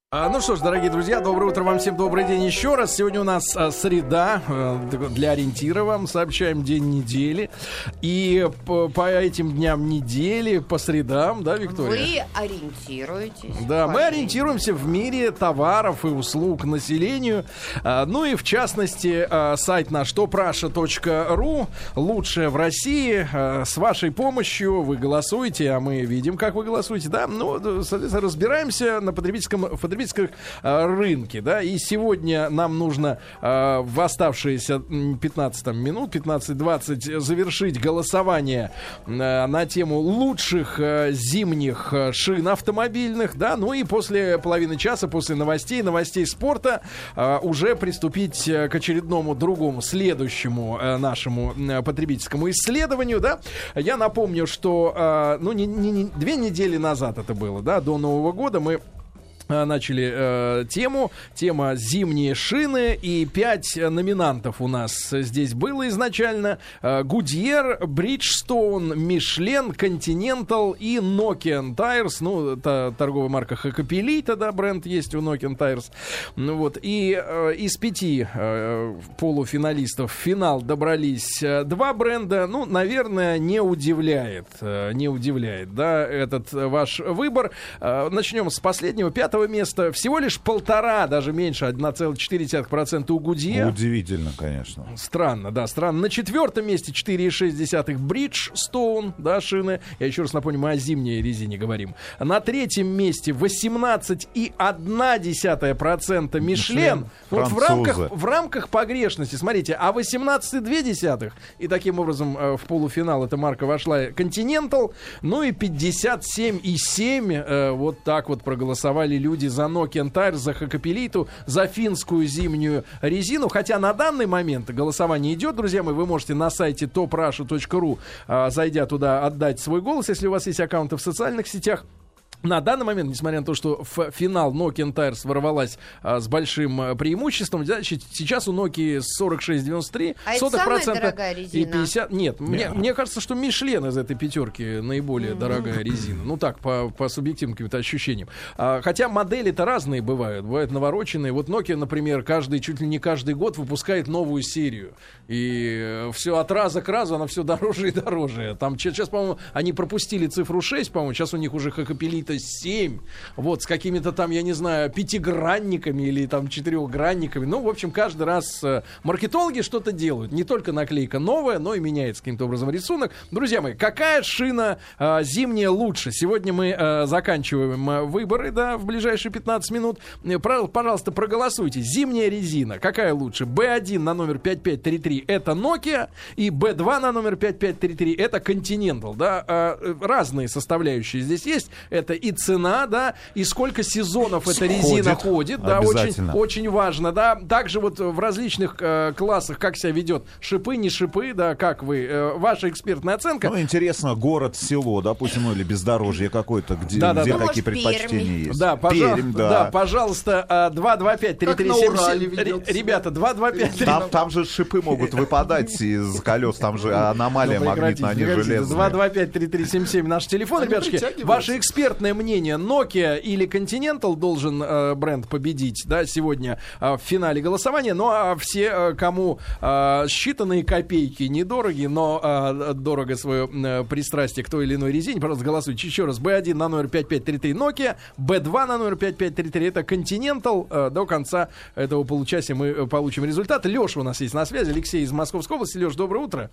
Ну что ж, дорогие друзья, доброе утро вам всем, добрый день еще раз. Сегодня у нас среда, для ориентира вам сообщаем день недели. И по этим дням недели, по средам, да, Виктория? Вы ориентируетесь. Да, мы ориентируемся в мире товаров и услуг населению. Ну и в частности, сайт наш toprasha.ru, лучшее в России. С вашей помощью вы голосуете, а мы видим, как вы голосуете, да? Ну, соответственно, разбираемся на потребительском рынке, да, и сегодня нам нужно в оставшиеся 15 минут, 15-20, завершить голосование на тему лучших зимних шин автомобильных, да, ну и после половины часа, после новостей спорта, уже приступить к очередному другому, следующему нашему потребительскому исследованию, да. Я напомню, что, 2 недели назад это было, да, до Нового года мы начали тема «Зимние шины», и 5 номинантов у нас здесь было изначально: Goodyear, Bridgestone, Michelin, Continental и Nokian Tires. Ну, это торговая марка Hakkapeliitta, да, бренд есть у Nokian Tires. Ну вот, и из 5 полуфиналистов в финал добрались 2 бренда. Ну, наверное, не удивляет, да, этот ваш выбор. Начнем с последнего, 5 места. Всего лишь 1,5, даже меньше, 1,4% у Goodyear. Удивительно, конечно. Странно, да, странно. На 4 месте 4,6 Bridgestone, да, шины. Я еще раз напомню, мы о зимней резине говорим. На 3 месте 18,1% Michelin. Вот в рамках погрешности, смотрите, а 18,2%. И таким образом в полуфинал эта марка вошла Continental. Ну и 57,7%. Вот так вот проголосовали люди за Nokian Tires, за Hakkapeliitta, за финскую зимнюю резину. Хотя на данный момент голосование идет, друзья мои. Вы можете на сайте toprasha.ru, зайдя туда, отдать свой голос, если у вас есть аккаунты в социальных сетях. На данный момент, несмотря на то, что в финал Nokian Tires ворвалась с большим преимуществом, сейчас у Nokia 46,93%. А это самая дорогая резина? И 50... Нет, мне кажется, что Michelin из этой 5 наиболее дорогая резина. Ну так, по субъективным каким-то ощущениям. Хотя модели-то разные бывают навороченные. Вот Nokia, например, чуть ли не каждый год выпускает новую серию. И все от раза к разу, она все дороже и дороже. Там сейчас, по-моему, они пропустили цифру 6, по-моему, сейчас у них уже Hakkapeliitta 7, вот, с какими-то там, я не знаю, 5-гранниками или там 4-гранниками. Ну, в общем, каждый раз маркетологи что-то делают. Не только наклейка новая, но и меняется каким-то образом рисунок. Друзья мои, какая шина зимняя лучше? Сегодня мы заканчиваем выборы, да, в ближайшие 15 минут. Пожалуйста, проголосуйте. Зимняя резина, какая лучше? B1 на номер 5533 это Nokia, и B2 на номер 5533 это Continental, да. Разные составляющие здесь есть. Это и цена, да, и сколько сезонов эта резина ходит, да, очень важно, да. Также вот в различных классах как себя ведет, шипы, не шипы, да, как вы, ваша экспертная оценка. Ну, интересно, город, село, допустим, ну, или бездорожье какое-то, где какие предпочтения есть. Да, пожалуйста, 225-3377. Ребята, 225. Там же шипы могут выпадать из колес, там же аномалия магнитная, они железные. 225-3377 наш телефон, ребятушки. Ваши экспертное мнение: Nokia или Continental должен бренд победить, да, сегодня в финале голосования. Ну а все, кому считанные копейки недороги, но дорого свое пристрастие к той или иной резине, пожалуйста, голосуйте еще раз. B1 на номер 5533 Nokia, B2 на номер 5533 это Continental. До конца этого получаса мы получим результат. Леша у нас есть на связи, Алексей из Московской области. Леш, доброе утро.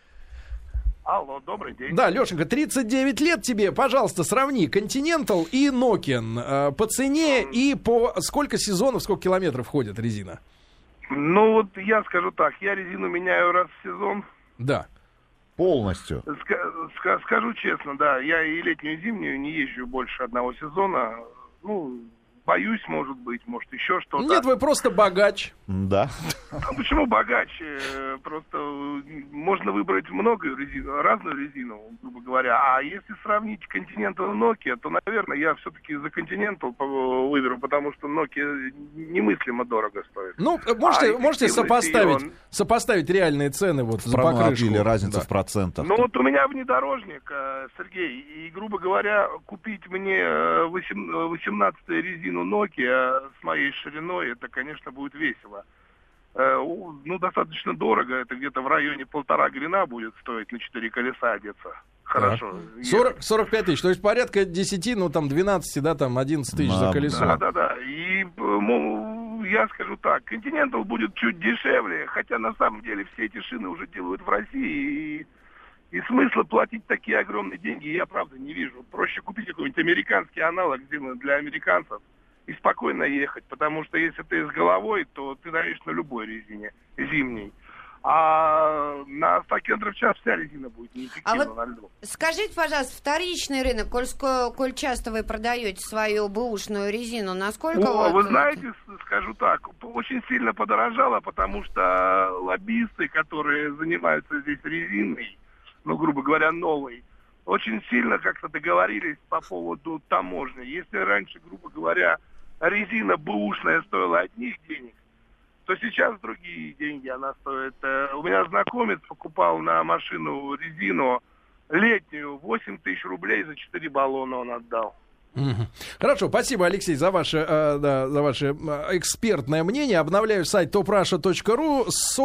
Алло, добрый день. Да, Лешенька, 39 лет тебе. Пожалуйста, сравни Continental и Nokian по цене и по сколько сезонов, сколько километров ходит резина. Ну вот я скажу так, я резину меняю раз в сезон. Да. Полностью. Скажу честно, да, я и летнюю, и зимнюю не езжу больше одного сезона. Ну, боюсь, может еще что-то. Нет, вы просто богач. Да. А почему богач? Просто можно выбрать разную резину, грубо говоря. А если сравнить Continental и Nokia, то, наверное, я все-таки за Continental выберу, потому что Nokia немыслимо дорого стоит. Ну, можете сопоставить реальные цены вот за покрышку. Или разница в процентах. Ну, вот у меня внедорожник, Сергей, и, грубо говоря, купить мне 18-ю резину резину Nokia с моей шириной, это, конечно, будет весело. Ну, достаточно дорого, это где-то в районе 1,5 грина будет стоить на 4 колеса одеться. Хорошо. 45 тысяч, то есть порядка 10, ну там 12, да, там 11 тысяч за колесо. Да. И я скажу так, Continental будет чуть дешевле, хотя на самом деле все эти шины уже делают в России, и смысла платить такие огромные деньги я, правда, не вижу. Проще купить какой-нибудь американский аналог, сделанный для американцев, и спокойно ехать, потому что если ты с головой, то ты даешь на любой резине зимней. А на 100 км в час вся резина будет неэффективна на льду. Скажите, пожалуйста, вторичный рынок, коль часто вы продаете свою бэушную резину, насколько вы знаете, скажу так, очень сильно подорожало, потому что лоббисты, которые занимаются здесь резиной, ну, грубо говоря, новой, очень сильно как-то договорились по поводу таможни. Если раньше, грубо говоря, резина бэушная стоила одних денег, то сейчас другие деньги она стоит. У меня знакомец покупал на машину резину летнюю, 8 тысяч рублей за 4 баллона он отдал. Хорошо, спасибо, Алексей, за ваше экспертное мнение. Обновляю сайт toprussia.ru.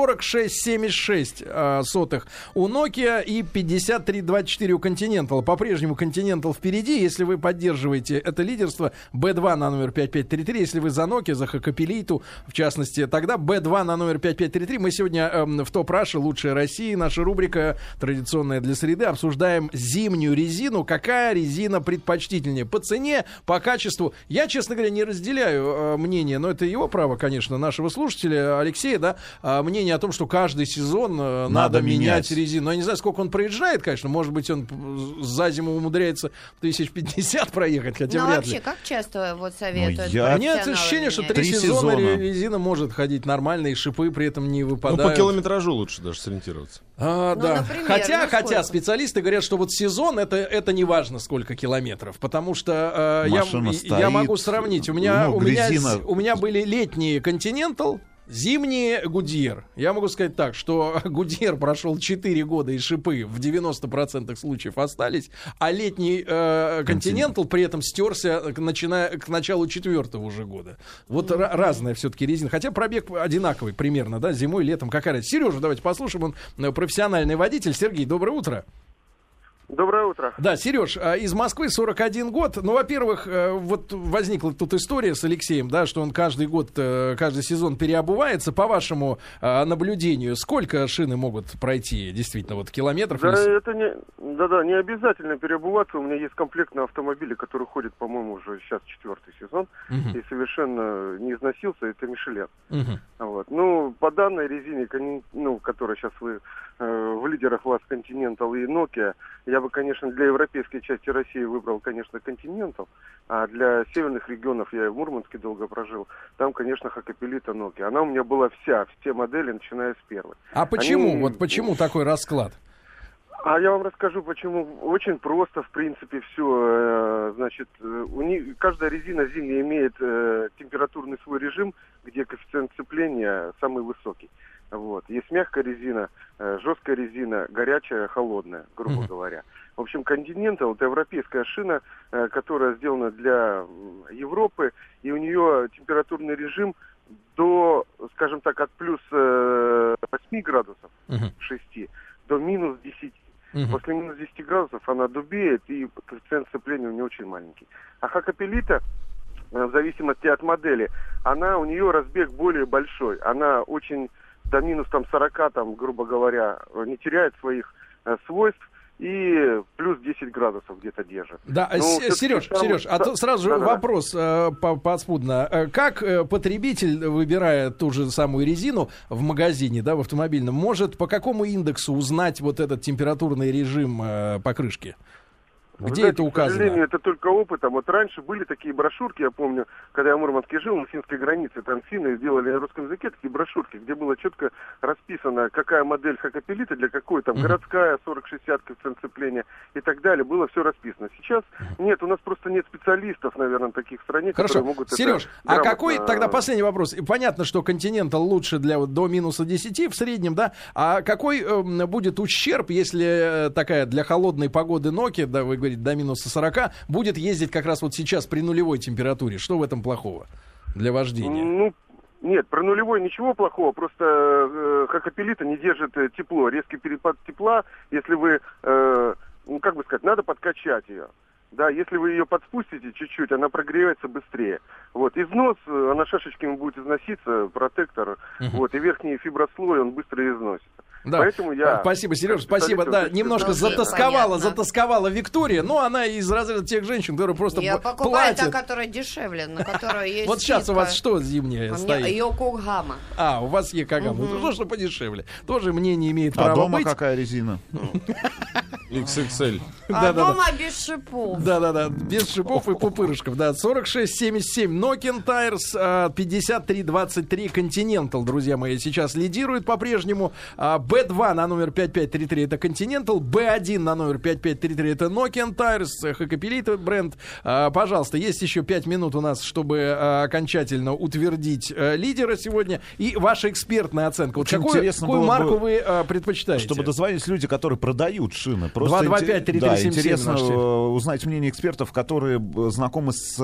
46,76 сотых у Nokia и 53,24 у Continental. По-прежнему Continental впереди. Если вы поддерживаете это лидерство, B2 на номер 5533. Если вы за Nokia, за Hakkapeliitta, в частности, тогда B2 на номер 5533. Мы сегодня в Top Russia, лучшая Россия, наша рубрика, традиционная для среды, обсуждаем зимнюю резину. Какая резина предпочтительнее? По цене, по качеству. Я, честно говоря, не разделяю мнение, но это его право, конечно, нашего слушателя Алексея, да, мнение о том, что каждый сезон надо менять резину. Я не знаю, сколько он проезжает, конечно, может быть, он за зиму умудряется 1050 проехать, хотя вряд вообще, ли. как часто вот советуют? Нет ощущения, что 3 сезона резина может ходить нормально, и шипы при этом не выпадают. Ну, по километражу лучше даже сориентироваться. Да. Например, хотя специалисты говорят, что вот сезон это не важно, сколько километров, потому что я могу сравнить. У меня были летние Continental, зимние Goodyear. Я могу сказать так, что Goodyear прошел 4 года, и шипы в 90% случаев остались, а летний Continental при этом стерся, начиная к началу 4-го уже года. Вот разная все-таки резина. Хотя пробег одинаковый примерно, да, зимой, летом. Какая разница? Сережа, давайте послушаем. Он профессиональный водитель. Сергей, доброе утро. Доброе утро. Да, Сереж, из Москвы, 41 год. Ну, во-первых, вот возникла тут история с Алексеем, да, что он каждый год, каждый сезон переобувается. По вашему наблюдению, сколько шины могут пройти, действительно, вот километров? Да, это не обязательно переобуваться. У меня есть комплект на автомобиле, который ходит, по-моему, уже сейчас 4-й сезон, и совершенно не износился. Это Мишелен. Вот. Ну, по данной резине, ну, которая сейчас в лидерах у вас Continental и Nokia, я бы, конечно, для европейской части России выбрал, конечно, Continental, а для северных регионов, я в Мурманске долго прожил, там, конечно, Hakkapeliitta, Nokia. Она у меня была все модели, начиная с первой. А почему? Вот почему такой расклад? А я вам расскажу, почему. Очень просто, в принципе, все. Значит, каждая резина зимняя имеет температурный свой режим, где коэффициент сцепления самый высокий. Вот. Есть мягкая резина, жесткая резина, горячая, холодная, грубо говоря. В общем, Continental — это европейская шина, которая сделана для Европы, и у нее температурный режим до, скажем так, от плюс 8 градусов, 6, до минус 10. После минус 10 градусов она дубеет, и коэффициент сцепления у нее очень маленький. А Hakkapeliitta, в зависимости от модели, у нее разбег более большой. Она очень до минус 40, грубо говоря, не теряет своих свойств, и плюс 10 градусов где-то держит. Да, Сереж, а то сразу же вопрос подспудно. Как потребитель, выбирая ту же самую резину в магазине, да, в автомобильном, может по какому индексу узнать вот этот температурный режим покрышки? Где это указано? К сожалению, это только опытом. Вот раньше были такие брошюрки, я помню, когда я в Мурманске жил, на финской границе, там финны сделали на русском языке такие брошюрки, где было четко расписано, какая модель Hakkapeliitta для какой, там, городская, 40-60 коэффициент сцепления и так далее. Было все расписано. Сейчас нет, у нас просто нет специалистов, наверное, таких в стране, которые могут... Сереж, а какой, тогда последний вопрос. Понятно, что Continental лучше для до минуса 10 в среднем, да? А какой будет ущерб, если такая для холодной погоды Nokia, да, вы говорите, до минус 40, будет ездить как раз вот сейчас при нулевой температуре. Что в этом плохого для вождения? Ну, нет, про нулевой ничего плохого, просто Хакапелита не держит тепло. Резкий перепад тепла, если вы, ну, как бы сказать, надо подкачать ее. Да, если вы ее подспустите чуть-чуть, она прогревается быстрее. Вот, износ, она шашечками будет износиться, протектор, вот, и верхний фиброслой, он быстро износится. Да. Поэтому я... Спасибо, Сереж, спасибо. Да, немножко затасковала Виктория, но она из разряда тех женщин, которые просто я покупаю та, которая дешевле, на которой есть вот сейчас у вас что зимнее стоит? Йокогама. А, у вас Йокогама. Ну, что подешевле. Тоже мнение имеет право быть. А дома какая резина? XXL. А дома без шипов. Да-да-да, без шипов и пупырышков. Да, 4677 Nokian Tires, 5323 Continental, друзья мои, сейчас лидирует по-прежнему. B2 на номер 5533 это Continental, B1 на номер 5533 это Nokian Tires, Хакапелита бренд. Пожалуйста, есть еще 5 минут у нас, чтобы окончательно утвердить лидера сегодня. И ваша экспертная оценка. Вот какую марку вы предпочитаете? Чтобы дозвонились люди, которые продают шины. 225-3377. Да, интересно узнать мнение экспертов, которые знакомы с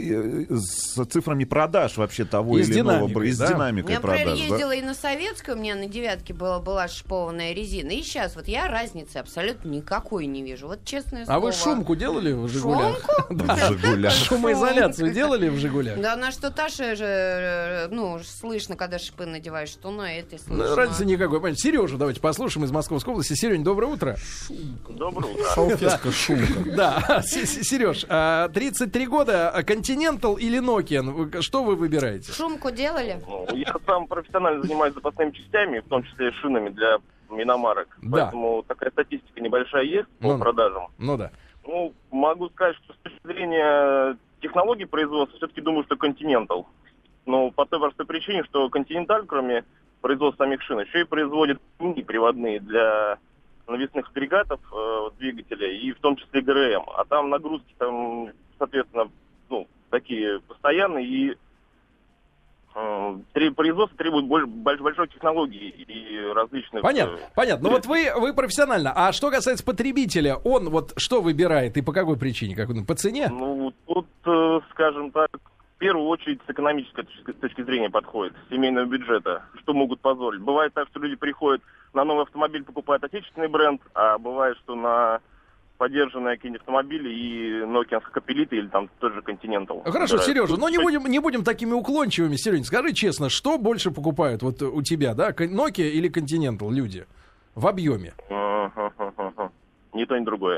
цифрами продаж вообще того или иного бренда. С динамикой продаж. Я, например, ездила и на Советскую, у меня на девятке была шипованная резина. И сейчас вот я разницы абсолютно никакой не вижу. Вот честное слово. А вы шумку делали в «Жигулях»? Шумку? Шумоизоляцию делали в «Жигулях»? Да, на что Таша же, ну, слышно, когда шипы надеваешь, что на этой слышно. Ну, разницы никакой. Понятно. Сережу давайте послушаем из Московской области. Серёнь, доброе утро. Доброе утро. Салфетка, шумка. Да, Сереж, 33 года, Continental или Nokian? Что вы выбираете? Шумку делали? Я сам профессионально занимаюсь запасными частями, в том числе шинами для иномарок. Да. Поэтому такая статистика небольшая есть по продажам. Ну да. Ну, могу сказать, что с точки зрения технологий производства, все-таки думаю, что Continental. Но по той простой причине, что Continental, кроме производства самих шин, еще и производит приводные для навесных агрегатов двигателя, и в том числе ГРМ. А там нагрузки, там, соответственно, ну, такие постоянные, и производство требует большой технологии и различных... Понятно. Ну вот вы профессионально. А что касается потребителя, он вот что выбирает и по какой причине? По цене? Ну, тут, скажем так, в первую очередь с экономической точки зрения подходит, с семейного бюджета, что могут позволить. Бывает так, что люди приходят на новый автомобиль, покупают отечественный бренд, а бывает, что на подержанные какие-нибудь автомобили и Nokian Хакапелита или там тот же Continental. Хорошо, Сережа, но не будем такими уклончивыми. Серёнь, скажи честно, что больше покупают вот у тебя, да, Nokia или Continental люди в объеме? Ни то, ни другое.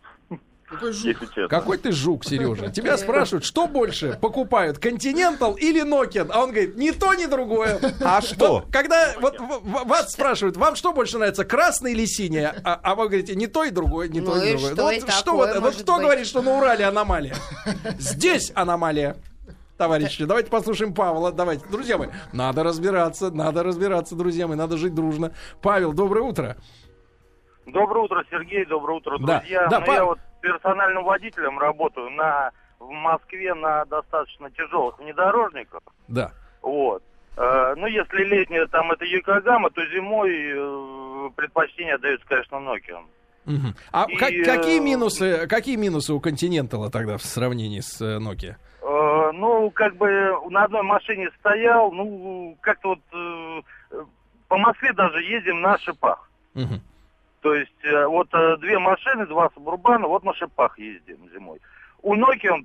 Какой ты жук, Сережа. Тебя спрашивают, что больше покупают, Continental или Nokian? А он говорит, ни то, ни другое. А что? Вот, когда вот вас спрашивают, вам что больше нравится, красный или синий? А вы говорите, не то и другое, не то и другое. Вот кто говорит, что на Урале аномалия? Здесь аномалия. Товарищи, давайте послушаем Павла. Давайте, друзья мои, надо разбираться, друзья мои, надо жить дружно. Павел, доброе утро. Доброе утро, Сергей, доброе утро, друзья. Да, я вот персональным водителем работаю в Москве на достаточно тяжелых внедорожниках. Да. Вот. Ну, если летняя там это Йокогама, то зимой предпочтение отдается, конечно, Nokian. Угу. А какие минусы у Continental тогда в сравнении с Nokia? Ну, как бы на одной машине стоял, ну, как-то вот по Москве даже ездим на шипах. Угу. То есть вот две машины, два Субурбана, вот на шипах ездим зимой. У Nokian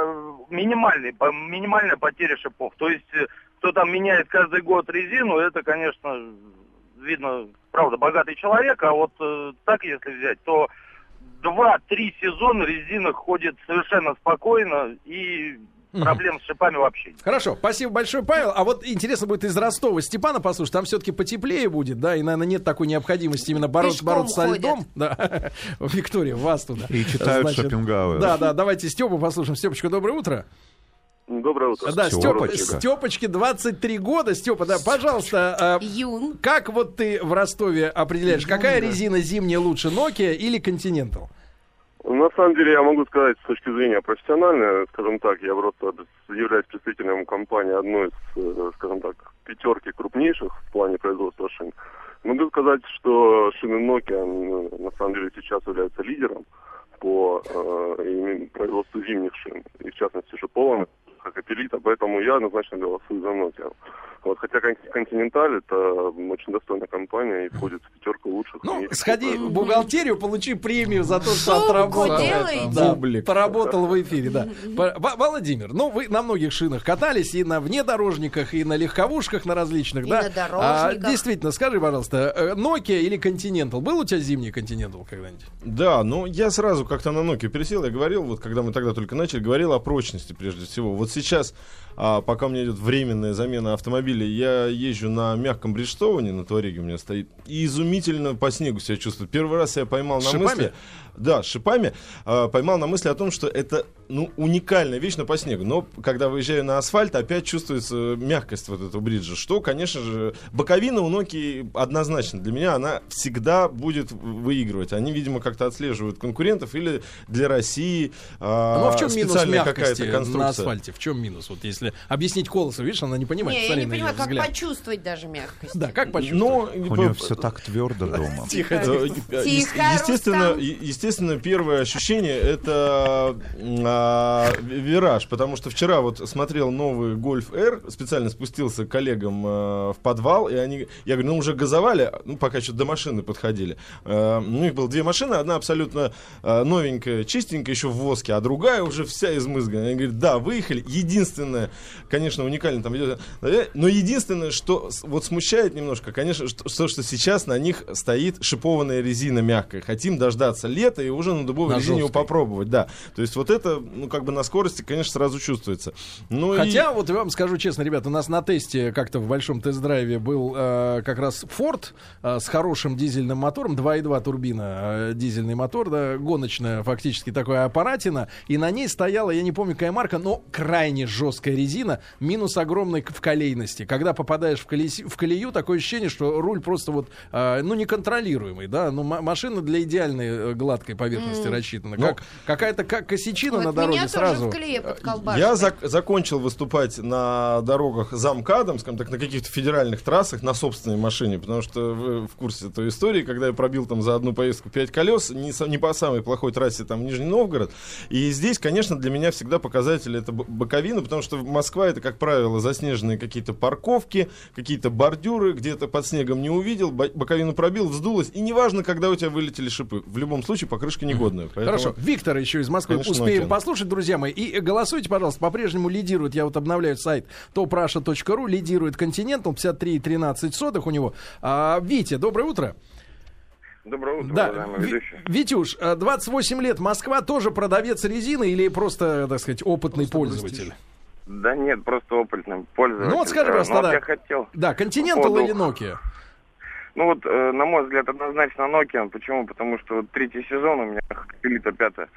минимальная потеря шипов. То есть кто там меняет каждый год резину, это, конечно, видно, правда, богатый человек, а вот так, если взять, то 2-3 сезона резина ходит совершенно спокойно и... Проблем с шипами вообще нет. Хорошо, спасибо большое, Павел. А вот интересно будет из Ростова Степана послушать. Там все-таки потеплее будет, да, и, наверное, нет такой необходимости именно бороться со льдом. Да. Виктория, вас туда. И читают Шопенгауэр. Да, давайте Степу послушаем. Степочка, доброе утро. Доброе утро. Да, Степочке 23 года. Степа, да, пожалуйста, как вот ты в Ростове определяешь, какая резина зимняя лучше, Nokia или Continental? На самом деле я могу сказать с точки зрения профессиональной, скажем так, я просто являюсь представителем компании одной из, скажем так, пятерки крупнейших в плане производства шин. Могу сказать, что шины Nokia на самом деле сейчас являются лидером в по производству зимних шин, и в частности шипованных, как Апеллита, поэтому я однозначно голосую за Nokia. Вот, хотя Continental это очень достойная компания и входит в 5 лучших. Ну, сходи в бухгалтерию, получи премию за то, что отработал. Да, поработал в эфире, да. Владимир, ну вы на многих шинах катались, и на внедорожниках, и на легковушках на различных, и да? На дорожниках. Действительно, скажи, пожалуйста, Nokia или Continental? Был у тебя зимний Continental когда-нибудь? Да, ну я сразу как-то на Nokia пересел, я говорил, вот когда мы тогда только начали, говорил о прочности прежде всего. Вот сейчас, пока у меня идет временная замена автомобиля, я езжу на мягком Бриджстоуне, на Туареге у меня стоит, и изумительно по снегу себя чувствую. Первый раз я поймал на мысли... Да, с шипами. Поймал на мысли о том, что это, ну, уникальная вещь, но по снегу. Но когда выезжаю на асфальт, опять чувствуется мягкость вот этого бриджа. Что, конечно же, боковина у Nokia однозначно. Для меня она всегда будет выигрывать. Они, видимо, как-то отслеживают конкурентов или для России а в чем специальная минус какая-то конструкция. На асфальте? В чем минус? Вот если объяснить Колосу, видишь, она не понимает. Не, я не понимаю, как почувствовать даже мягкость. Да, как почувствовать? У нее все так твердо дома. Тихо, Естественно, первое ощущение — это вираж, потому что вчера вот смотрел новый Golf R, специально спустился к коллегам в подвал, и я говорю, ну уже газовали, ну пока что до машины подходили. У них было 2 машины, одна абсолютно новенькая, чистенькая, еще в воске, а другая уже вся измызганная. Они говорят, да, выехали. Единственное, конечно, уникально там идет, но единственное, что вот смущает немножко, конечно, что сейчас на них стоит шипованная резина мягкая. Хотим дождаться лета и уже на дубовой резине его попробовать, да. То есть вот это, ну, как бы на скорости, конечно, сразу чувствуется. Ну, хотя, вот я вам скажу честно, ребята, у нас на тесте как-то в большом тест-драйве был как раз Ford с хорошим дизельным мотором, 2.2 турбина, дизельный мотор, да, гоночная фактически такая аппаратина, и на ней стояла, я не помню, какая марка, но крайне жесткая резина, минус огромной в колейности. Когда попадаешь в колею, такое ощущение, что руль просто вот, ну, неконтролируемый, да, ну, машина для идеальной гладкой поверхности рассчитана. Как какая-то косячина вот на дороге сразу. Я закончил выступать на дорогах замкадом, скажем так, на каких-то федеральных трассах на собственной машине, потому что вы в курсе той истории, когда я пробил там за одну поездку 5 колес, не по самой плохой трассе там в Нижний Новгород. И здесь, конечно, для меня всегда показатель это боковина, потому что Москва — это, как правило, заснеженные какие-то парковки, какие-то бордюры, где-то под снегом не увидел, боковину пробил, вздулось, и неважно, когда у тебя вылетели шипы. В любом случае покрышка негодная. Поэтому... Хорошо, Виктора еще из Москвы конечно, успеем послушать, друзья мои. И голосуйте, пожалуйста, по-прежнему лидирует, я вот обновляю сайт toprussia.ru, лидирует Continental, 53,13 у него. Витя, доброе утро. Доброе утро, да. уважаемый ведущий. Витюш, 28 лет, Москва, тоже продавец резины или просто, так сказать, опытный пользователь? Да нет, просто опытный пользователь. Ну вот скажи, просто, да. Я хотел да, Continental или Nokia? Ну вот, на мой взгляд, однозначно Nokia. Почему? Потому что вот 3-й сезон у меня, Апеллита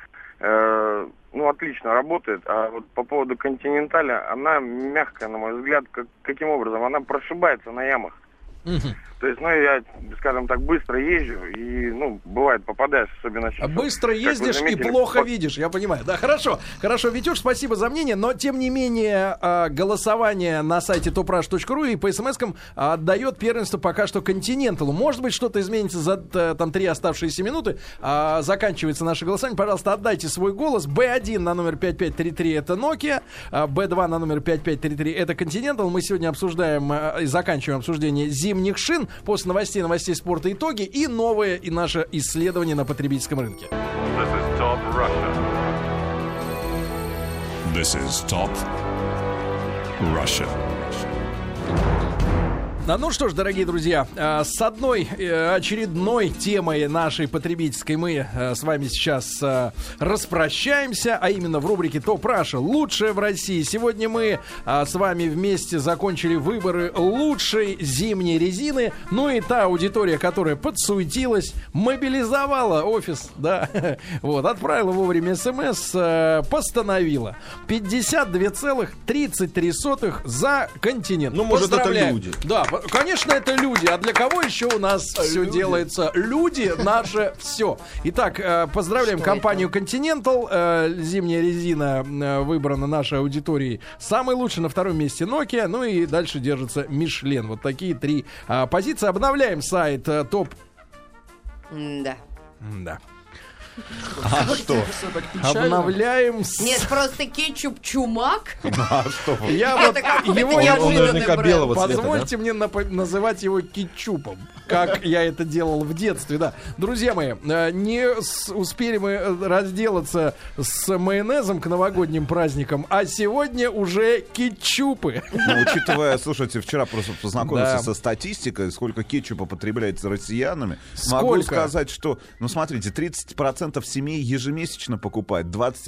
5-я, ну, отлично работает. А вот по поводу Continental, она мягкая, на мой взгляд. Каким образом? Она прошибается на ямах. То есть, ну, я, скажем так, быстро езжу, и, ну, бывает, попадаешь, особенно сейчас. Быстро ездишь заметили, и плохо видишь, я понимаю. Да, хорошо, Витюш, спасибо за мнение, но, тем не менее, голосование на сайте toprussia.ru и по смс-кам отдает первенство пока что Continental. Может быть, что-то изменится за, там, 3 оставшиеся минуты. Заканчивается наше голосование. Пожалуйста, отдайте свой голос. B1 на номер 5533 это Nokia, B2 на номер 5533 это Continental. Мы сегодня обсуждаем и заканчиваем обсуждение зимних шин. После новостей спорта, итоги и новое и наше исследование на потребительском рынке. This is Top Russia. Ну что ж, дорогие друзья, с одной очередной темой нашей потребительской мы с вами сейчас распрощаемся, а именно в рубрике Top Russia «Лучшее в России». Сегодня мы с вами вместе закончили выборы лучшей зимней резины. Ну и та аудитория, которая подсуетилась, мобилизовала офис, да, вот, отправила вовремя смс, постановила 52,33 за Continental. Ну, может, это люди. Да, конечно, это люди. А для кого еще у нас все делается? Люди — наше все. Итак, поздравляем компанию Continental. Зимняя резина выбрана нашей аудиторией самой лучшей. На втором месте Nokia. Ну и дальше держится Michelin. Вот такие 3 позиции. Обновляем сайт топ. Да. А что? Обновляем... Нет, просто кетчуп-чумак. А что? Я вот его... Он наверняка белого цвета, Позвольте мне называть его кетчупом, как я это делал в детстве, да. Друзья мои, не успели мы разделаться с майонезом к новогодним праздникам, а сегодня уже кетчупы. Ну, учитывая, слушайте, вчера просто познакомился со статистикой, сколько кетчупа потребляется россиянами. Могу сказать, что, ну, смотрите, 30% семей ежемесячно покупает,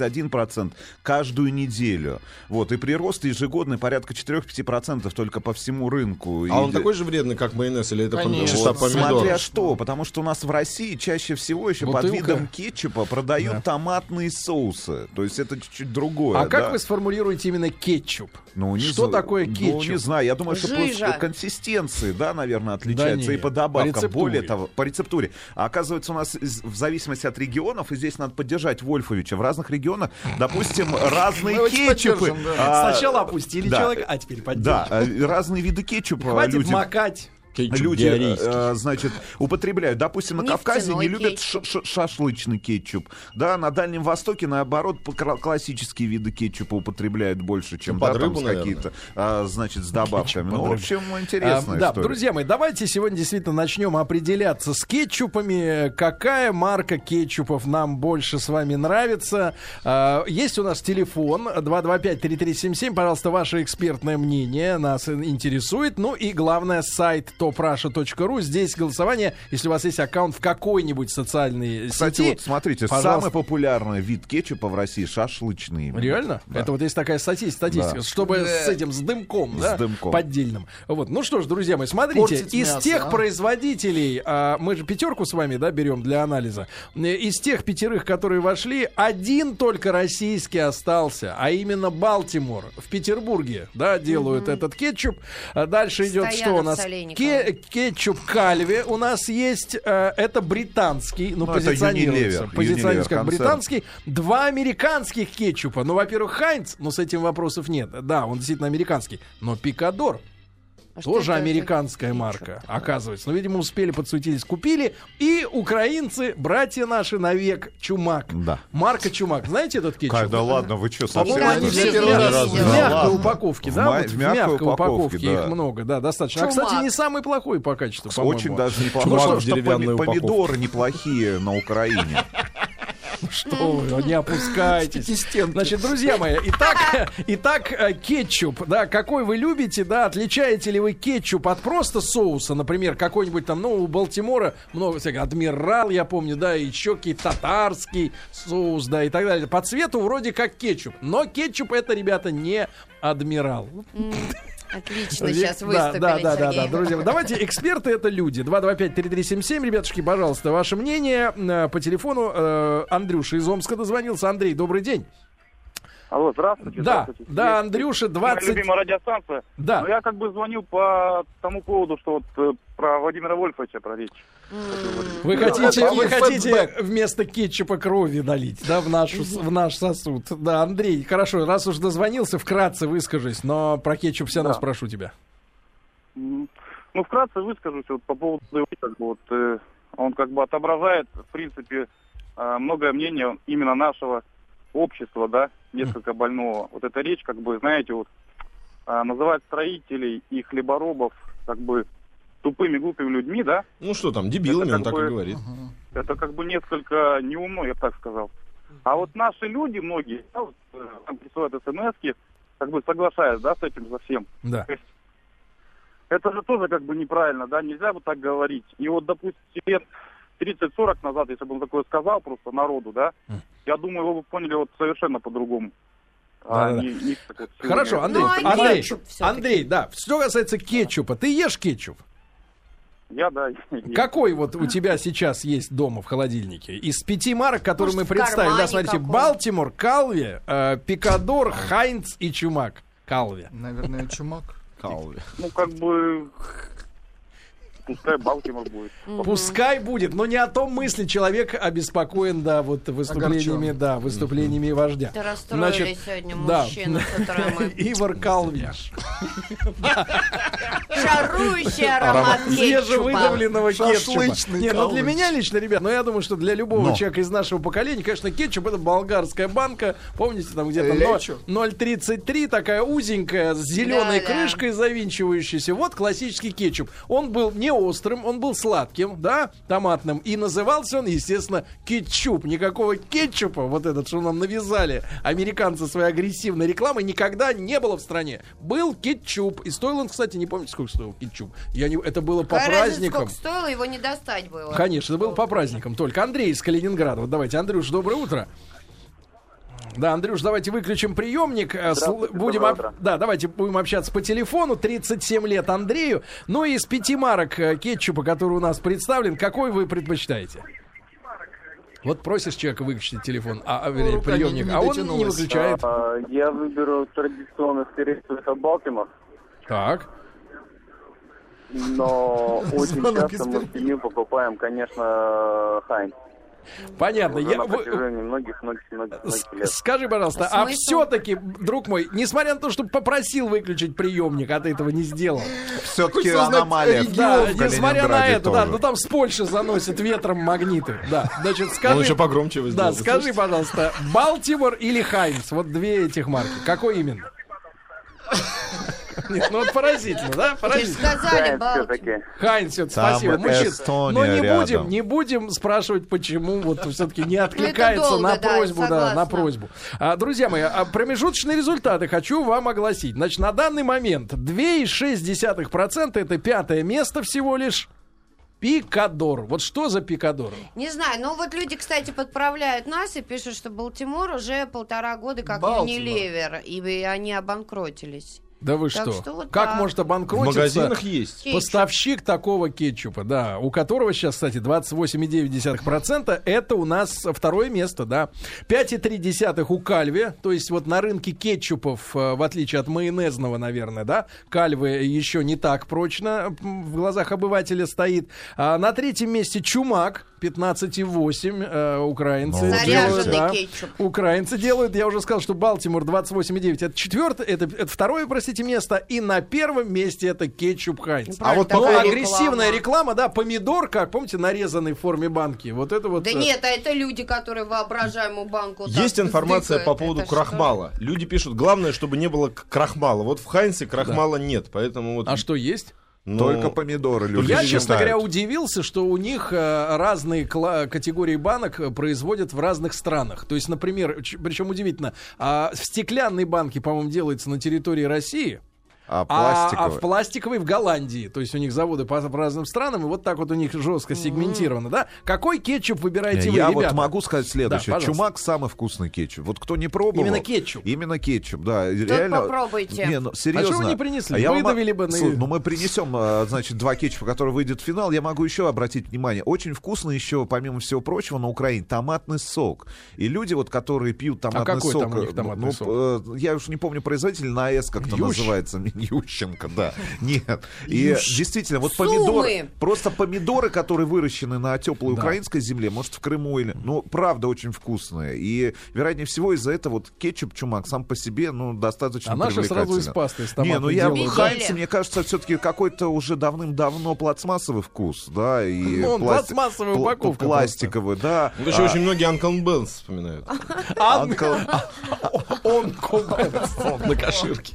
21% каждую неделю. Вот, и прирост ежегодный порядка 4-5% только по всему рынку. А он такой же вредный, как майонез, или это чисто помидор? Смотря что, потому что у нас в России чаще всего еще под видом кетчупа продают томатные соусы. То есть это чуть-чуть другое. А как вы сформулируете именно кетчуп? Ну, что такое кетчуп? Ну, не знаю, я думаю, что по консистенции, да, наверное, отличается, и по добавкам. Более того, по рецептуре. А оказывается, у нас в зависимости от регионов, и здесь надо поддержать Вольфовича, в разных регионах, допустим, разные кетчупы. Сначала опустили человека, а теперь поддержим. Да, разные виды кетчупа. Хватит макать. Люди, значит, употребляют. Допустим, на Кавказе не любят шашлычный кетчуп. Да, на Дальнем Востоке, наоборот, классические виды кетчупа употребляют больше, чем там какие-то, значит, с добавками. Ну, в общем, интересная история. Друзья мои, давайте сегодня действительно начнем определяться с кетчупами. Какая марка кетчупов нам больше с вами нравится? Есть у нас телефон 225-3377. Пожалуйста, ваше экспертное мнение нас интересует. Ну и главное, сайт toprussia.ru. Здесь голосование, если у вас есть аккаунт в какой-нибудь социальной сети. Вот смотрите, самый популярный вид кетчупа в России — шашлычный. Реально? Да. Это вот есть такая статистика, да. Чтобы с этим, с дымком, да, поддельным. Вот. Ну что ж, друзья мои, смотрите, из тех производителей, мы же пятерку с вами, да, берем для анализа, из тех 5, которые вошли, один только российский остался, а именно Балтимор в Петербурге, да, делают этот кетчуп. Дальше идет что у нас? Кетчуп Кальве у нас есть, это британский, ну, позиционируется как британский. 2 американских кетчупа. Ну, во-первых, Хайнц, но с этим вопросов нет. Да, он действительно американский. Но Пикадор тоже американская марка, оказывается. Но, видимо, успели, подсуетились, купили. И украинцы, братья наши навек, Чумак. Да. Марка Чумак. Знаете этот кетчуп? Да ладно, вы что, совсем? Они все в мягкой упаковке, да? В мягкой упаковке их много, да, достаточно. А, кстати, не самый плохой по качеству, по-моему. Очень даже неплохой. Что помидоры неплохие на Украине. Что вы, не опускайтесь. Значит, друзья мои, итак, кетчуп, да, какой вы любите, да, отличаете ли вы кетчуп от просто соуса, например, какой-нибудь там, ну, у Балтимора много всяких, Адмирал, я помню, да, и еще какие-то татарский соус, да, и так далее. По цвету вроде как кетчуп, но кетчуп это, ребята, не Адмирал. Отлично, сейчас выступили, да, друзья. Давайте, эксперты — это люди. 225-3377, ребятушки, пожалуйста, ваше мнение. По телефону Андрюша из Омска дозвонился. Андрей, добрый день. Алло, здравствуйте. Да, Андрюша, 20... Моя любимая радиостанция. Да. Но я как бы звонил по тому поводу, что вот про Владимира Вольфовича, про речь. Вы хотите вместо кетчупа крови налить, да, в наш сосуд. Да, Андрей, хорошо, раз уж дозвонился, вкратце выскажись, но про кетчуп все равно спрошу тебя. Ну, вкратце выскажусь вот по поводу, как бы, вот, он как бы отображает, в принципе, многое мнение именно нашего общества, да, несколько больного. Вот эта речь, как бы, знаете, вот, называть строителей и хлеборобов, как бы, тупыми, глупыми людьми, да? Ну что там, дебилами, он так и говорит. Это как бы несколько неумно, я бы так сказал. А вот наши люди, многие, да, вот, там присылают смс-ки, как бы соглашаются, да, с этим совсем. Да. То есть, это же тоже как бы неправильно, да, нельзя вот так говорить. И вот, допустим, лет 30-40 назад, если бы он такое сказал просто народу, да, я думаю, его бы поняли вот совершенно по-другому. Хорошо, Андрей, да, что касается кетчупа, ты ешь кетчуп? Я, да. Какой вот у тебя сейчас есть дома в холодильнике? Из 5 марок, которые мы представили, да, смотрите, какой? Балтимор, Кальве, Пикадор, Хайнц и Чумак. Кальве. Наверное, Чумак. Кальве. Ну, как бы... пускай Балтимор будет. Пускай будет, но не о том мысли человек обеспокоен, да, вот выступлениями вождя. Ты расстроили сегодня мужчину, который мы... Ивар Калвиш. Шарующий аромат кетчупа. Свежевыдавленного кетчупа. Не, ну для меня лично, ребят, но я думаю, что для любого человека из нашего поколения, конечно, кетчуп — это болгарская банка. Помните, там где-то 0,33, такая узенькая, с зеленой крышкой завинчивающейся. Вот классический кетчуп. Он был не острым, он был сладким, да, томатным. И назывался он, естественно, кетчуп. Никакого кетчупа, вот этот, что нам навязали американцы своей агрессивной рекламой, никогда не было в стране. Был кетчуп. И стоил он, кстати, не помните, сколько стоил кетчуп? Это было по праздникам. Сколько стоило, его не достать было. Конечно, это было по праздникам только. Андрей из Калининграда. Вот давайте, Андрюш, доброе утро. Да, Андрюш, давайте выключим приемник. Давайте будем общаться по телефону. 37 лет Андрею. Ну и из 5 марок кетчупа, который у нас представлен, какой вы предпочитаете? Вот просишь человека выключить телефон, приемник, а он не выключает. Я выберу традиционно стереотип, это Балтимор. Так. Но очень часто мы в семью покупаем, конечно, Хайнц. Понятно. На протяжении многих лет. Скажи, пожалуйста, а все-таки, друг мой, несмотря на то, что попросил выключить приемник, а ты этого не сделал. Все-таки аномалия. Да, несмотря на это, да, ну там с Польши заносит ветром магниты. Да, значит, скажи. Он еще погромче сделал. Да, скажи, пожалуйста, Балтимор или Хайнц? Вот две этих марки. Какой именно? Нет, ну вот поразительно, да? Поразительно. Хайнц, спасибо. Но не будем спрашивать, почему вот все-таки не откликается на просьбу. Да, на просьбу. Друзья мои, промежуточные результаты хочу вам огласить. Значит, на данный момент 2,6% это 5-е место всего лишь. Пикадор. Вот что за Пикадор? Не знаю, но вот люди, кстати, подправляют нас и пишут, что Балтимор уже 1,5 года как Unilever, и они обанкротились. Да вы что? Вот как может обанкротиться? В магазинах есть. Поставщик такого кетчупа, да, у которого сейчас, кстати, 28,9%, это у нас 2-е место, да. 5,3% у Кальве, то есть вот на рынке кетчупов, в отличие от майонезного, наверное, да, Кальве еще не так прочно в глазах обывателя стоит. А на 3-м месте Чумак, 15,8%, украинцы делают. Да, украинцы делают, я уже сказал, что Балтимор 28,9%, это 4-е, это 2-е, простите, место, и на 1-м месте это кетчуп Хайнц. А вот агрессивная реклама, да, помидор, как, помните, нарезанный в форме банки. Вот это вот. Да нет, а это люди, которые воображаемую банку. Есть информация по поводу крахмала. Люди пишут, главное, чтобы не было крахмала. Вот в Хайнце крахмала нет, поэтому вот. А что есть? Только помидоры люди. Я, честно говоря, удивился, что у них разные категории банок производят в разных странах. То есть, например, причем удивительно, в стеклянной банке, по-моему, делается на территории России. А в пластиковой в Голландии. То есть у них заводы по разным странам, и вот так вот у них жестко сегментировано, да? Какой кетчуп выбираете вы, ребята? Я вот могу сказать следующее. Да, Чумак самый вкусный кетчуп. Вот кто не пробовал... Именно кетчуп? Именно кетчуп, да. Тут реально... попробуйте. Не, ну, серьезно. А что вы не принесли? Выдавили бы на... Ну, мы принесем, значит, 2 кетчупа, которые выйдут в финал. Я могу еще обратить внимание. Очень вкусно еще, помимо всего прочего, на Украине томатный сок. И люди, вот, которые пьют томатный сок... А какой там у них томатный сок? Я уж не помню производитель, на «С» как-то называется. Ющенко, да. Нет. И действительно, вот помидоры, просто помидоры, которые выращены на теплой украинской земле, может, в Крыму или... Ну, правда, очень вкусные. И, вероятнее всего, из-за этого вот кетчуп Чумак сам по себе, ну, достаточно привлекательный. А наши сразу из пасты, из томатной. Не, ну я в Хайнце, мне кажется, все-таки какой-то уже давным-давно пластмассовый вкус, да, и пластмассовая упаковка. Пластиковый, да. Ну, еще очень многие Uncle Ben's вспоминают. Uncle Ben's на каширке.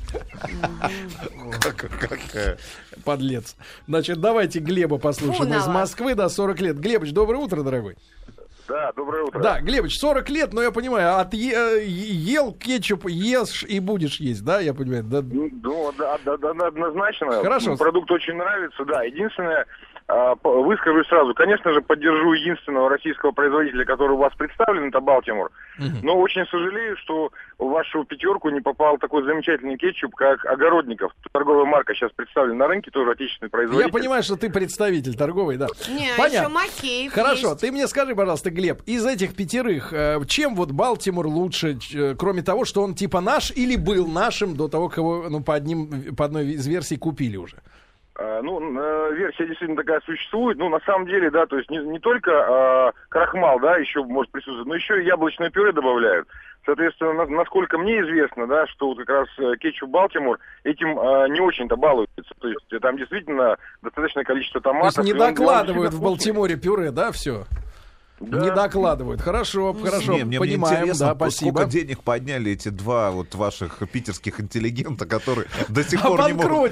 Подлец. Значит, давайте Глеба послушаем из Москвы, да, 40 лет. Глебыч, доброе утро, дорогой. Да, доброе утро. Да, Глебыч, 40 лет, но я понимаю, ел кетчуп, ешь и будешь есть, да, я понимаю? Да. Ну, да, однозначно. Хорошо. Продукт очень нравится, да. Единственное, выскажусь сразу. Конечно же, поддержу единственного российского производителя, который у вас представлен, это Балтимор. Но очень сожалею, что в вашу 5 не попал такой замечательный кетчуп, как Огородников. Торговая марка сейчас представлена на рынке, тоже отечественный производитель. Я понимаю, что ты представитель торговый, да. Не, еще Макеев. Хорошо, есть. Ты мне скажи, пожалуйста, Глеб, из этих 5, чем вот Балтимор лучше, кроме того, что он типа наш или был нашим до того, кого по одной из версий купили уже? версия действительно такая существует. Ну, на самом деле, да, то есть не только крахмал, да, еще может присутствовать, но еще и яблочное пюре добавляют. Соответственно, насколько мне известно, да, что вот как раз кетчуп Балтимор этим не очень-то балуется. То есть там действительно достаточное количество томатов. То есть не докладывают в Балтиморе пюре, да, все? Да. Не докладывают. Хорошо, хорошо, мне понимаем, да, спасибо. Сколько денег подняли эти два вот ваших питерских интеллигента, которые до сих пор не могут...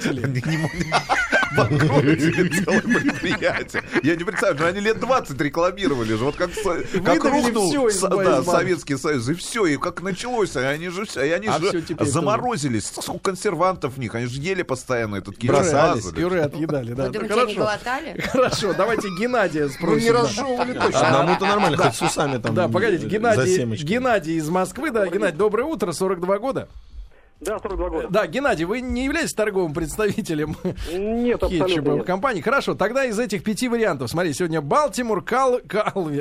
Банкротили целое предприятие. Я не представляю, но они лет 20 рекламировали же. Вот как рухнул Советский Союз, и все, и как началось, они же заморозились. Сколько консервантов в них, они же ели постоянно этот кетчуп. Бросались, пюре отъедали, да. Вы думаете, не глотали? Хорошо, давайте Геннадия спросим. Не разжевывали точно. Одному-то нормально, хоть с усами там. Да, погодите, Геннадий из Москвы, да, Геннадий, доброе утро, 42 года. Да, 42 года. Да, Геннадий, вы не являетесь торговым представителем кетчуповой компании? Хорошо, тогда из этих 5 вариантов, смотри, сегодня Балтимор, Калви,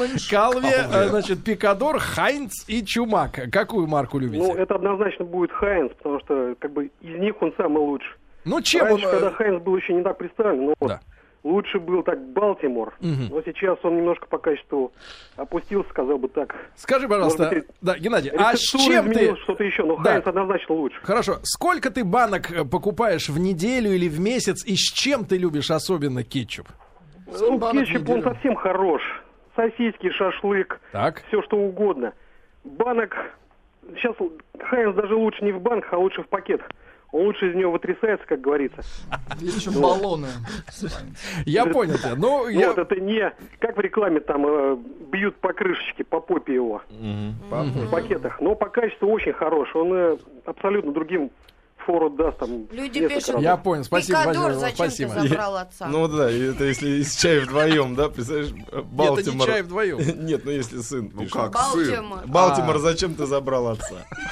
значит, Пикадор, Хайнц и Чумак. Какую марку любите? Ну, это однозначно будет Хайнц, потому что, как бы, из них он самый лучший. Ну, чем раньше, когда Хайнц был еще не так представлен, но лучше был так Балтимор, но сейчас он немножко по качеству опустился, сказал бы так. Скажи, пожалуйста, быть, да, Геннадий, а с чем ты... что-то еще, но Хайнц однозначно лучше. Хорошо, сколько ты банок покупаешь в неделю или в месяц, и с чем ты любишь особенно кетчуп? Ну, кетчуп, он совсем хорош. Сосиски, шашлык, все что угодно. Банок, сейчас Хайнц даже лучше не в банках, а лучше в пакетах. Он лучше из него вытрясается, как говорится. Есть еще баллоны. Я понял тебя. Вот это не как в рекламе там бьют по крышечке, по попе его. В пакетах. Но по качеству очень хорош. Он абсолютно другим фору даст там. Люди пишут. Я понял, спасибо. Пикадор, зачем ты забрал отца? Ну да, это если из чая вдвоем, да, представляешь, Балтимор. Это не чай вдвоем. Нет, ну если сын. Ну как сын? Балтимор, зачем ты забрал отца?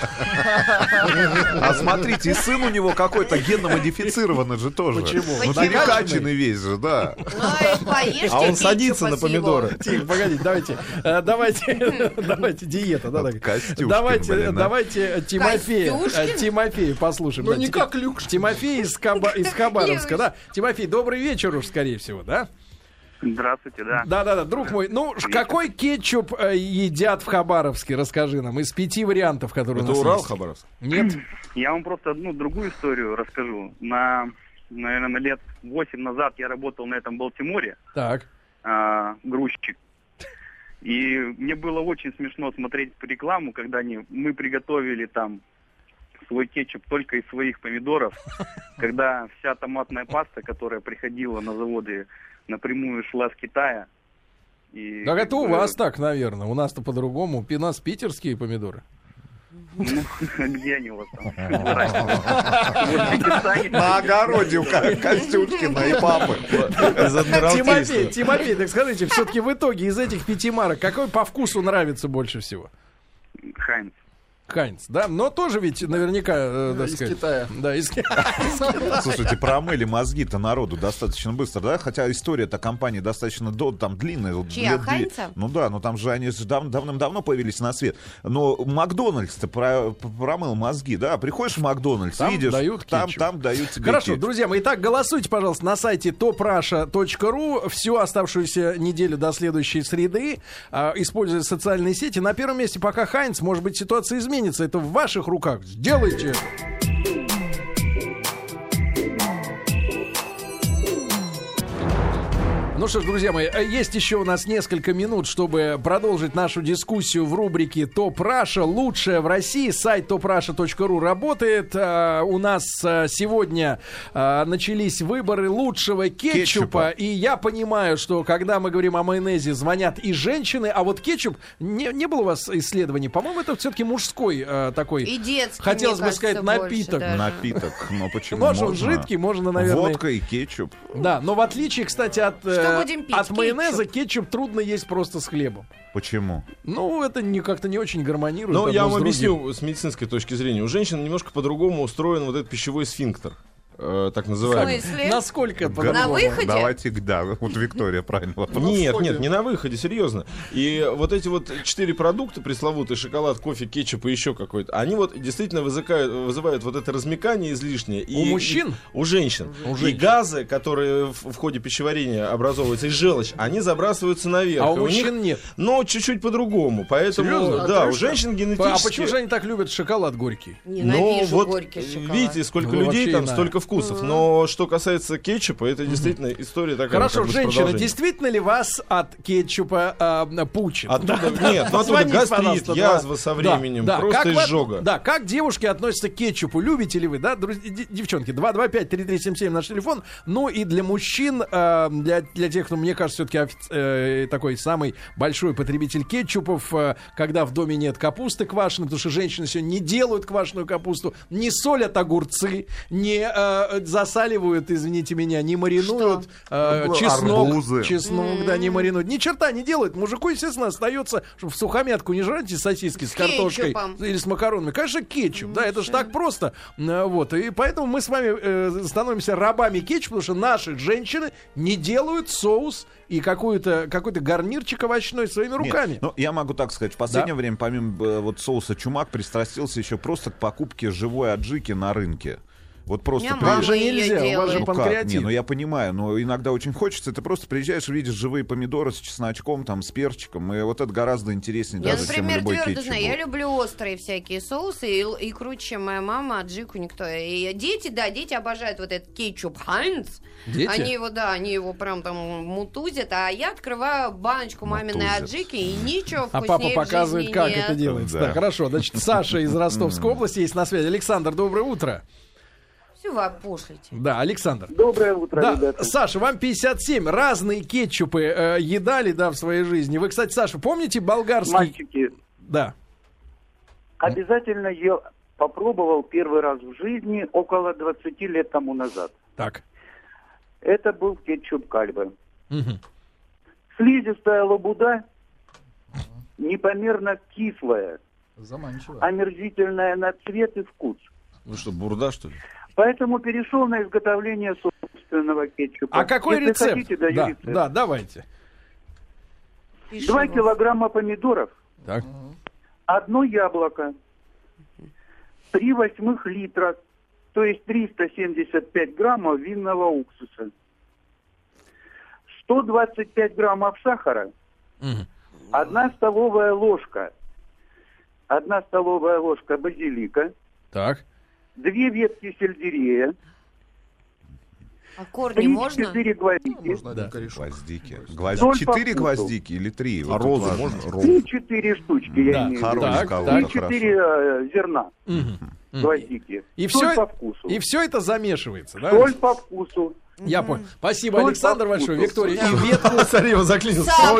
А смотрите, и сын у него какой-то генно-модифицированный же тоже. Почему? Ну перекачанный весь же, да. А он садится на помидоры. Тихо, погодите, давайте диета. Давайте Тимофея послушаем. Ну не как Люк. Тимофей из Хабаровска, да? Тимофей, добрый вечер уж, скорее всего, да? Здравствуйте, да. Да, друг мой. Ну, какой кетчуп едят в Хабаровске? Расскажи нам. Из 5 вариантов, которые у нас есть. Это Урал, Хабаровск? Нет. Я вам просто другую историю расскажу. Наверное, лет 8 назад я работал на этом Балтиморе. Так. Грузчик. И мне было очень смешно смотреть рекламу, когда мы приготовили там свой кетчуп только из своих помидоров, когда вся томатная паста, которая приходила на заводы, напрямую шла с Китая. Так это у вас так, наверное. У нас-то по-другому. У нас питерские помидоры. Ну, где они у вас там? На огороде у Костюшкина и папы. Тимофей, так скажите, все-таки в итоге из этих 5 марок какой по вкусу нравится больше всего? Хайнц. Хайнц, да, но тоже ведь наверняка, из Китая. Да, из Китая. Слушайте, промыли мозги-то народу достаточно быстро, да? Хотя история-то компании достаточно там длинная. Чья, Хайнца? Ну да, но там же они давным-давно появились на свет. Но Макдональдс-то промыл мозги, да? Приходишь в Макдональдс, там видишь, дают там дают тебе Хорошо, кетчуп. друзья мои, итак, голосуйте, пожалуйста, на сайте toprasha.ru всю оставшуюся неделю до следующей среды, используя социальные сети. На первом месте пока Хайнц, может быть, ситуация изменится. Это в ваших руках. Сделайте это. Ну что ж, друзья мои, есть еще у нас несколько минут, чтобы продолжить нашу дискуссию в рубрике ТОП Раша. Лучшее в России. Сайт toprasha.ru работает. У нас сегодня начались выборы лучшего кетчупа. И я понимаю, что когда мы говорим о майонезе, звонят и женщины. А вот кетчуп, не было у вас исследований? По-моему, это все-таки мужской такой. И детский, хотелось бы сказать, напиток. Напиток, но почему? Можно жидкий, можно, наверное. Водка и кетчуп. Да, но в отличие, кстати, от майонеза кетчуп трудно есть просто с хлебом. Почему? Ну, это как-то не очень гармонирует. Ну, я вам объясню с медицинской точки зрения. У женщин немножко по-другому устроен вот этот пищевой сфинктер. так называемый. В смысле? Насколько? На выходе? Давайте, да, вот Виктория правильно вопрос. Нет, не на выходе, серьезно. И вот эти вот 4 продукта, пресловутый шоколад, кофе, кетчуп и еще какой-то, они вот действительно вызывают вот это размякание излишнее. У мужчин? У женщин. И газы, которые в ходе пищеварения образовываются, и желчь, они забрасываются наверх. А у мужчин нет? Но чуть-чуть по-другому. Поэтому, серьезно? да, у женщин генетически... А почему же они так любят шоколад горький? Ненавижу вот горький шоколад. видите, сколько людей там, столько вкусов. Но что касается кетчупа, это действительно история такая. Хорошо, как бы женщина, действительно ли вас от кетчупа пучит? Нет, оттуда гастрит, язва со временем, просто изжога. Да, как девушки относятся к кетчупу? Любите ли вы, да, девчонки? 225-3377 наш телефон. Ну и для мужчин, для тех, кто, мне кажется, все-таки такой самый большой потребитель кетчупов, когда в доме нет капусты квашеной, потому что женщины сегодня не делают квашеную капусту, не солят огурцы, не засаливают, извините меня, не маринуют чеснок, да, не маринуют. Ни черта не делают. Мужику, естественно, остается, чтобы в сухомятку не жрать эти сосиски с картошкой или с макаронами. Конечно, кетчуп, да, это же так просто. Вот, и поэтому мы с вами становимся рабами кетчупа, потому что наши женщины не делают соус и какой-то гарнирчик овощной своими руками. Нет, ну, я могу так сказать, в последнее время, помимо вот соуса чумак, пристрастился еще просто к покупке живой аджики на рынке. Вот просто вам же нельзя, у вас же панкреатит. Ну я понимаю, но иногда очень хочется. Ты просто приезжаешь, видишь живые помидоры с чесночком, там, с перчиком, и вот это гораздо интереснее даже, чем любой кетчуп. Знаю, я люблю острые всякие соусы, и круче, чем моя мама, аджику никто. И дети обожают вот этот кетчуп Хайнц. Они его прям там мутузят, а я открываю баночку маминой аджики, и ничего вкуснее. А папа показывает, как это делается. Да, хорошо, значит, Саша из Ростовской области есть на связи. Александр, доброе утро. Вы опошлите. Да, Александр. Доброе утро, ребята. Саша, вам 57. Разные кетчупы едали, да, в своей жизни. Вы, кстати, Саша, помните болгарский... Мальчики. Да. Обязательно я попробовал первый раз в жизни около 20 лет тому назад. Так. Это был кетчуп Кальве. Угу. Слизистая лабуда, непомерно кислая, омерзительная на цвет и вкус. Ну что, бурда, что ли? Поэтому перешел на изготовление собственного кетчупа. А какой рецепт? Хотите, даю рецепт. Да, давайте. 2 килограмма помидоров. Так. 1 яблоко. 3/8 литра. То есть 375 граммов винного уксуса. 125 граммов сахара. 1 столовая ложка. 1 столовая ложка базилика. Так. 2 ветки сельдерея. А корни можно? 4 гвоздики. Гвоздики. 4 гвоздики или 3? А розу можно? 3-4 штучки, я имею в виду. 3-4 зерна. Гвоздики. И соль по вкусу. И все это замешивается, да? Соль по вкусу. Я понял. Спасибо, Александр, большое. Виктория, и ветку... Царева заклинил.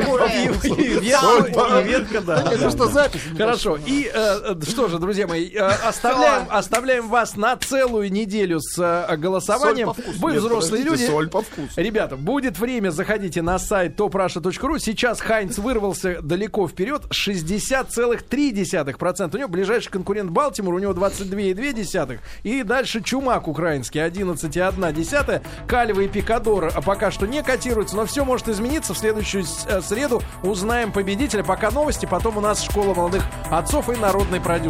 И ветка, да. Это что, запись? Хорошо. И что же, друзья мои, оставляем вас на целую неделю с голосованием. Вы взрослые люди. Соль по вкусу. Ребята, будет время, заходите на сайт toprussia.ru. Сейчас Хайнц вырвался далеко вперед. 60,3%. У него ближайший конкурент Балтимор, у него 22,2%. И дальше Чумак украинский, 11,1%. Кальве и Пикадор пока что не котируются, но все может измениться. В следующую среду узнаем победителя. Пока новости, потом у нас школа молодых отцов и народный продюсер.